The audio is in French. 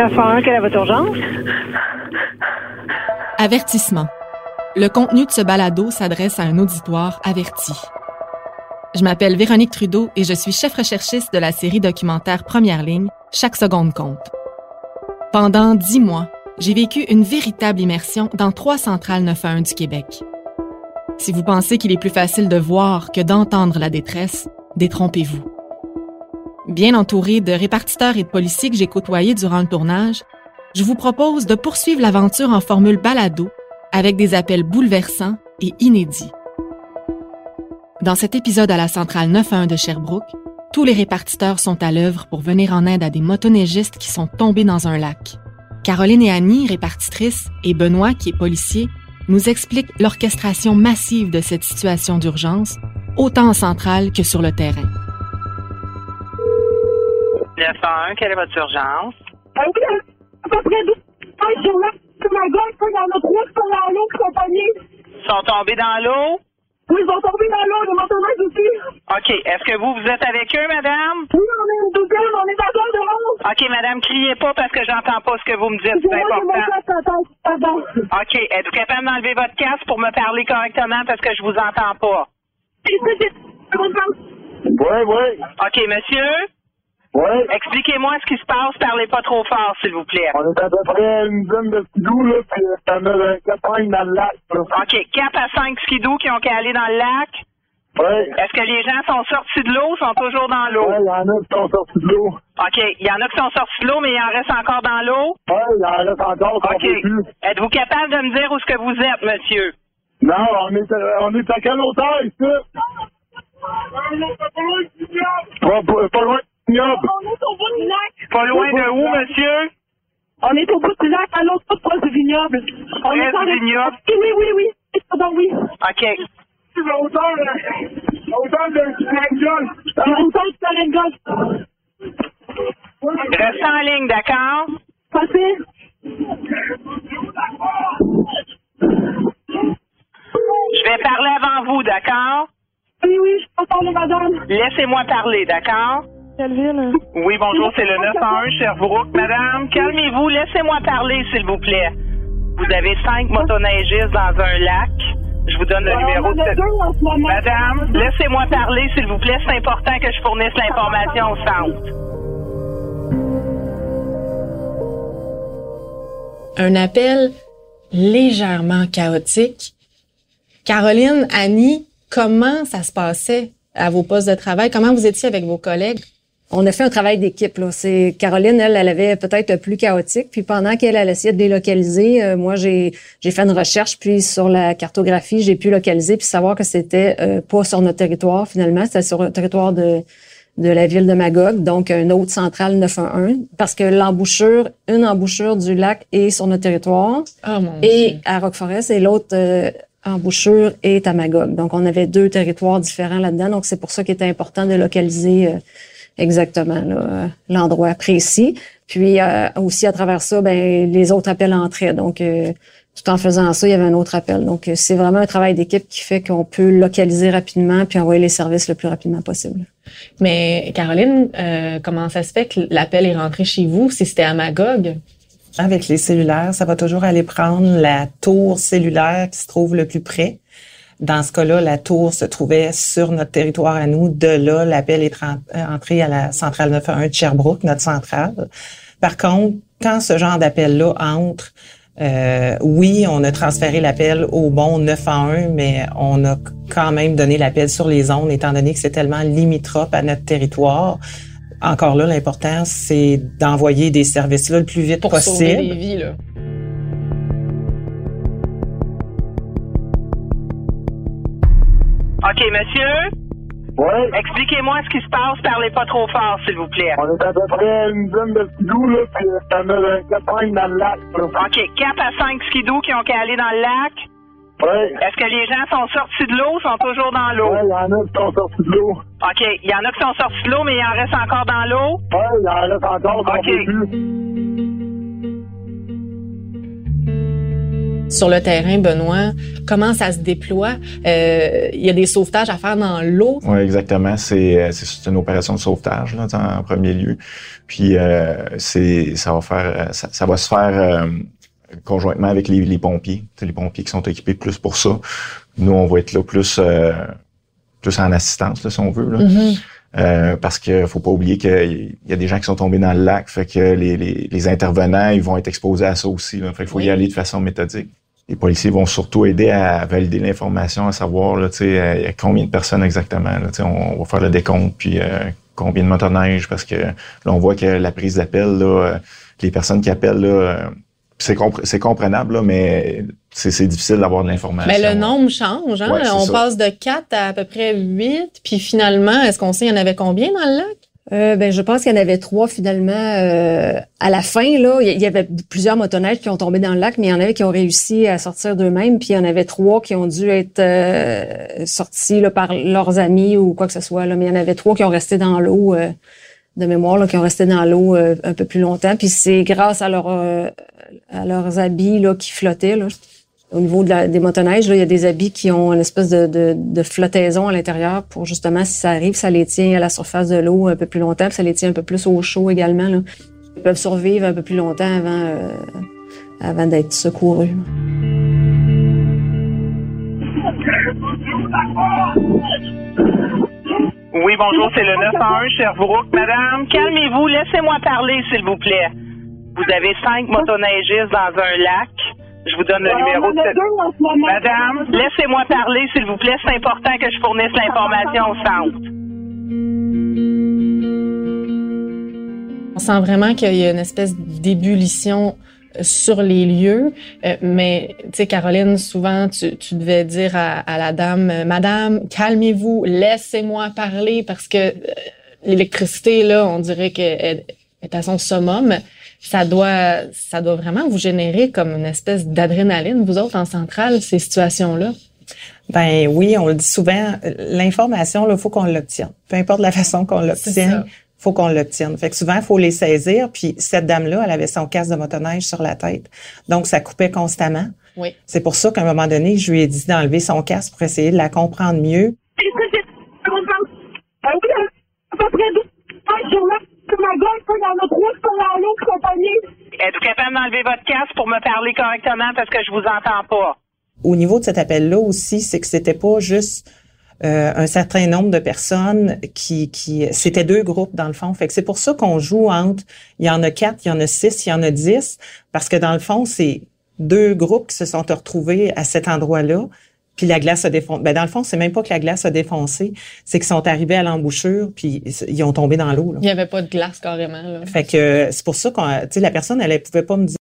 911, quelle est votre urgence? Avertissement. Le contenu de ce balado s'adresse à un auditoire averti. Je m'appelle Véronique Trudeau et je suis chef recherchiste de la série documentaire Première ligne, Chaque seconde compte. Pendant 10 mois, j'ai vécu une véritable immersion dans 3 centrales 911 du Québec. Si vous pensez qu'il est plus facile de voir que d'entendre la détresse, détrompez-vous. Bien entouré de répartiteurs et de policiers que j'ai côtoyés durant le tournage, je vous propose de poursuivre l'aventure en formule balado avec des appels bouleversants et inédits. Dans cet épisode à la centrale 911 de Sherbrooke, tous les répartiteurs sont à l'œuvre pour venir en aide à des motoneigistes qui sont tombés dans un lac. Caroline et Annie, répartitrices, et Benoît, qui est policier, nous expliquent l'orchestration massive de cette situation d'urgence, autant en centrale que sur le terrain. 911, quelle est votre urgence? Oui, à peu près 12 sur ma gauche, il y en a 3 qui sont dans l'eau, qui sont pognés. Ils sont tombés dans l'eau? Oui, ils sont tombés dans l'eau, les motoneiges aussi. OK. Est-ce que vous êtes avec eux, madame? Oui, on est une douzaine, on est dans l'eau de l'eau. OK, madame, criez pas parce que j'entends pas ce que vous me dites, c'est important. Pardon. OK. Êtes-vous capable d'enlever votre casque pour me parler correctement parce que je vous entends pas? Oui. OK, monsieur? Oui. Expliquez-moi ce qui se passe, parlez pas trop fort, s'il vous plaît. On est à peu près une dizaine de skidoo, là, puis on a 4 dans le lac, là. OK. 4 à 5 skidoo qui ont qu'à aller dans le lac? Oui. Est-ce que les gens sont sortis de l'eau ou sont toujours dans l'eau? Oui, il y en a qui sont sortis de l'eau. OK. Il y en a qui sont sortis de l'eau, mais il en reste encore dans l'eau? Oui, il en reste encore, on OK. peut plus. Êtes-vous capable de me dire où est-ce que vous êtes, monsieur? Non, on est à quelle hauteur, ici? Pas loin du vignoble. On est au bout du lac. Pas loin de où, monsieur? On est au bout du lac, à l'autre bout proche du vignoble. On est Près du vignoble? Oui. Pardon, oui. OK. La hauteur de Saint-John. La hauteur du terrain de golf. Restez en ligne, d'accord? Passez. Je vais parler avant vous, d'accord? Oui, je peux parler, madame. Laissez-moi parler, d'accord? Quelle ville? Oui, bonjour, c'est le 911 Sherbrooke. Madame, calmez-vous, laissez-moi parler, s'il vous plaît. Vous avez 5 motoneigistes dans un lac. Je vous donne le numéro de... Madame, laissez-moi parler, s'il vous plaît. C'est important que je fournisse l'information au centre. Un appel légèrement chaotique. Caroline, Annie, comment ça se passait à vos postes de travail? Comment vous étiez avec vos collègues? On a fait un travail d'équipe, là. C'est Caroline, elle avait peut-être plus chaotique. Puis pendant qu'elle essayait de les localiser, moi, j'ai fait une recherche. Puis sur la cartographie, j'ai pu localiser puis savoir que c'était pas sur notre territoire, finalement. C'était sur le territoire de la ville de Magog, donc une autre centrale 911. Parce que une embouchure du lac est sur notre territoire. Oh, mon et Dieu. à Rock-Forest, et l'autre embouchure est à Magog. Donc, on avait 2 territoires différents là-dedans. Donc, c'est pour ça qu'il était important de localiser exactement là, l'endroit précis. Puis aussi à travers ça, les autres appels entraient. Donc tout en faisant ça, il y avait un autre appel. Donc c'est vraiment un travail d'équipe qui fait qu'on peut localiser rapidement puis envoyer les services le plus rapidement possible. Mais Caroline, comment ça se fait que l'appel est rentré chez vous si c'était à Magog? Avec les cellulaires, ça va toujours aller prendre la tour cellulaire qui se trouve le plus près. Dans ce cas-là, la tour se trouvait sur notre territoire à nous. De là, l'appel est entré à la centrale 911 de Sherbrooke, notre centrale. Par contre, quand ce genre d'appel-là entre, oui, on a transféré l'appel au bon 911, mais on a quand même donné l'appel sur les ondes, étant donné que c'est tellement limitrophe à notre territoire. Encore là, l'important, c'est d'envoyer des services-là le plus vite possible. Pour sauver des vies, là. OK, monsieur? Oui. Expliquez-moi ce qui se passe, parlez pas trop fort, s'il vous plaît. On est à peu près une dizaine de skidoo, là, puis on a 4 dans le lac, là. OK, 4 à 5 skidoo qui ont qu'à aller dans le lac? Oui. Est-ce que les gens sont sortis de l'eau ou sont toujours dans l'eau? Oui, il y en a qui sont sortis de l'eau. OK, il y en a qui sont sortis de l'eau, mais il en reste encore dans l'eau? Oui, il en reste encore, on OK. peut plus. Sur le terrain, Benoît, comment ça se déploie? Il y a des sauvetages à faire dans l'eau? Oui, exactement. C'est une opération de sauvetage là, en premier lieu. Puis ça va se faire conjointement avec les pompiers. Les pompiers qui sont équipés plus pour ça. Nous, on va être là plus en assistance, là, si on veut. Là. Mm-hmm. Parce que faut pas oublier qu'il y a des gens qui sont tombés dans le lac, fait que les intervenants, ils vont être exposés à ça aussi. Là, fait qu'il faut y aller de façon méthodique. Les policiers vont surtout aider à valider l'information, à savoir là, il y a combien de personnes exactement. Là, on va faire le décompte, puis combien de motoneiges, parce que là, on voit que la prise d'appel, là, les personnes qui appellent, là, c'est comprenable, là, mais c'est difficile d'avoir de l'information. Mais le nombre change, hein? Ouais, on passe de 4 à peu près 8, puis finalement, est-ce qu'on sait il y en avait combien dans le lac? Je pense qu'il y en avait 3 finalement. À la fin, là, il y avait plusieurs motoneiges qui ont tombé dans le lac, mais il y en avait qui ont réussi à sortir d'eux-mêmes, puis il y en avait 3 qui ont dû être sortis là, par leurs amis ou quoi que ce soit. Là, mais il y en avait 3 qui ont resté dans l'eau, de mémoire, là, qui ont resté dans l'eau un peu plus longtemps. Puis c'est grâce à leurs habits là qui flottaient. Là. Au niveau des motoneiges, là, il y a des habits qui ont une espèce de flottaison à l'intérieur pour justement, si ça arrive, ça les tient à la surface de l'eau un peu plus longtemps, puis ça les tient un peu plus au chaud également. Là. Ils peuvent survivre un peu plus longtemps avant d'être secourus. Oui, bonjour, c'est le 911 Sherbrooke. Madame, calmez-vous, laissez-moi parler, s'il vous plaît. Vous avez 5 motoneigistes dans un lac. Je vous donne le numéro de cette... Madame, laissez-moi parler, s'il vous plaît. C'est important que je fournisse l'information au centre. On sent vraiment qu'il y a une espèce d'ébullition sur les lieux. Mais, tu sais, Caroline, souvent, tu devais dire à la dame, « Madame, calmez-vous, laissez-moi parler, parce que l'électricité, là, on dirait qu'elle est à son summum. » Ça doit vraiment vous générer comme une espèce d'adrénaline, vous autres, en centrale, ces situations-là? Ben oui, on le dit souvent, l'information, là, faut qu'on l'obtienne. Peu importe la façon qu'on l'obtienne, faut qu'on l'obtienne. Fait que souvent, il faut les saisir. Puis cette dame-là, elle avait son casque de motoneige sur la tête. Donc, ça coupait constamment. Oui. C'est pour ça qu'à un moment donné, je lui ai dit d'enlever son casque pour essayer de la comprendre mieux. Êtes-vous capable d'enlever votre casque pour me parler correctement parce que je vous entends pas? Au niveau de cet appel-là aussi, c'est que c'était pas juste un certain nombre de personnes qui c'était 2 groupes dans le fond. Fait que c'est pour ça qu'on joue entre, il y en a 4, il y en a 6, il y en a 10, parce que dans le fond, c'est 2 groupes qui se sont retrouvés à cet endroit-là. Puis la glace a défoncé. Ben dans le fond, c'est même pas que la glace a défoncé, c'est qu'ils sont arrivés à l'embouchure puis ils ont tombé dans l'eau. Là. Il y avait pas de glace carrément. Là. Fait que c'est pour ça qu'on, tu sais, la personne, elle pouvait pas me dire.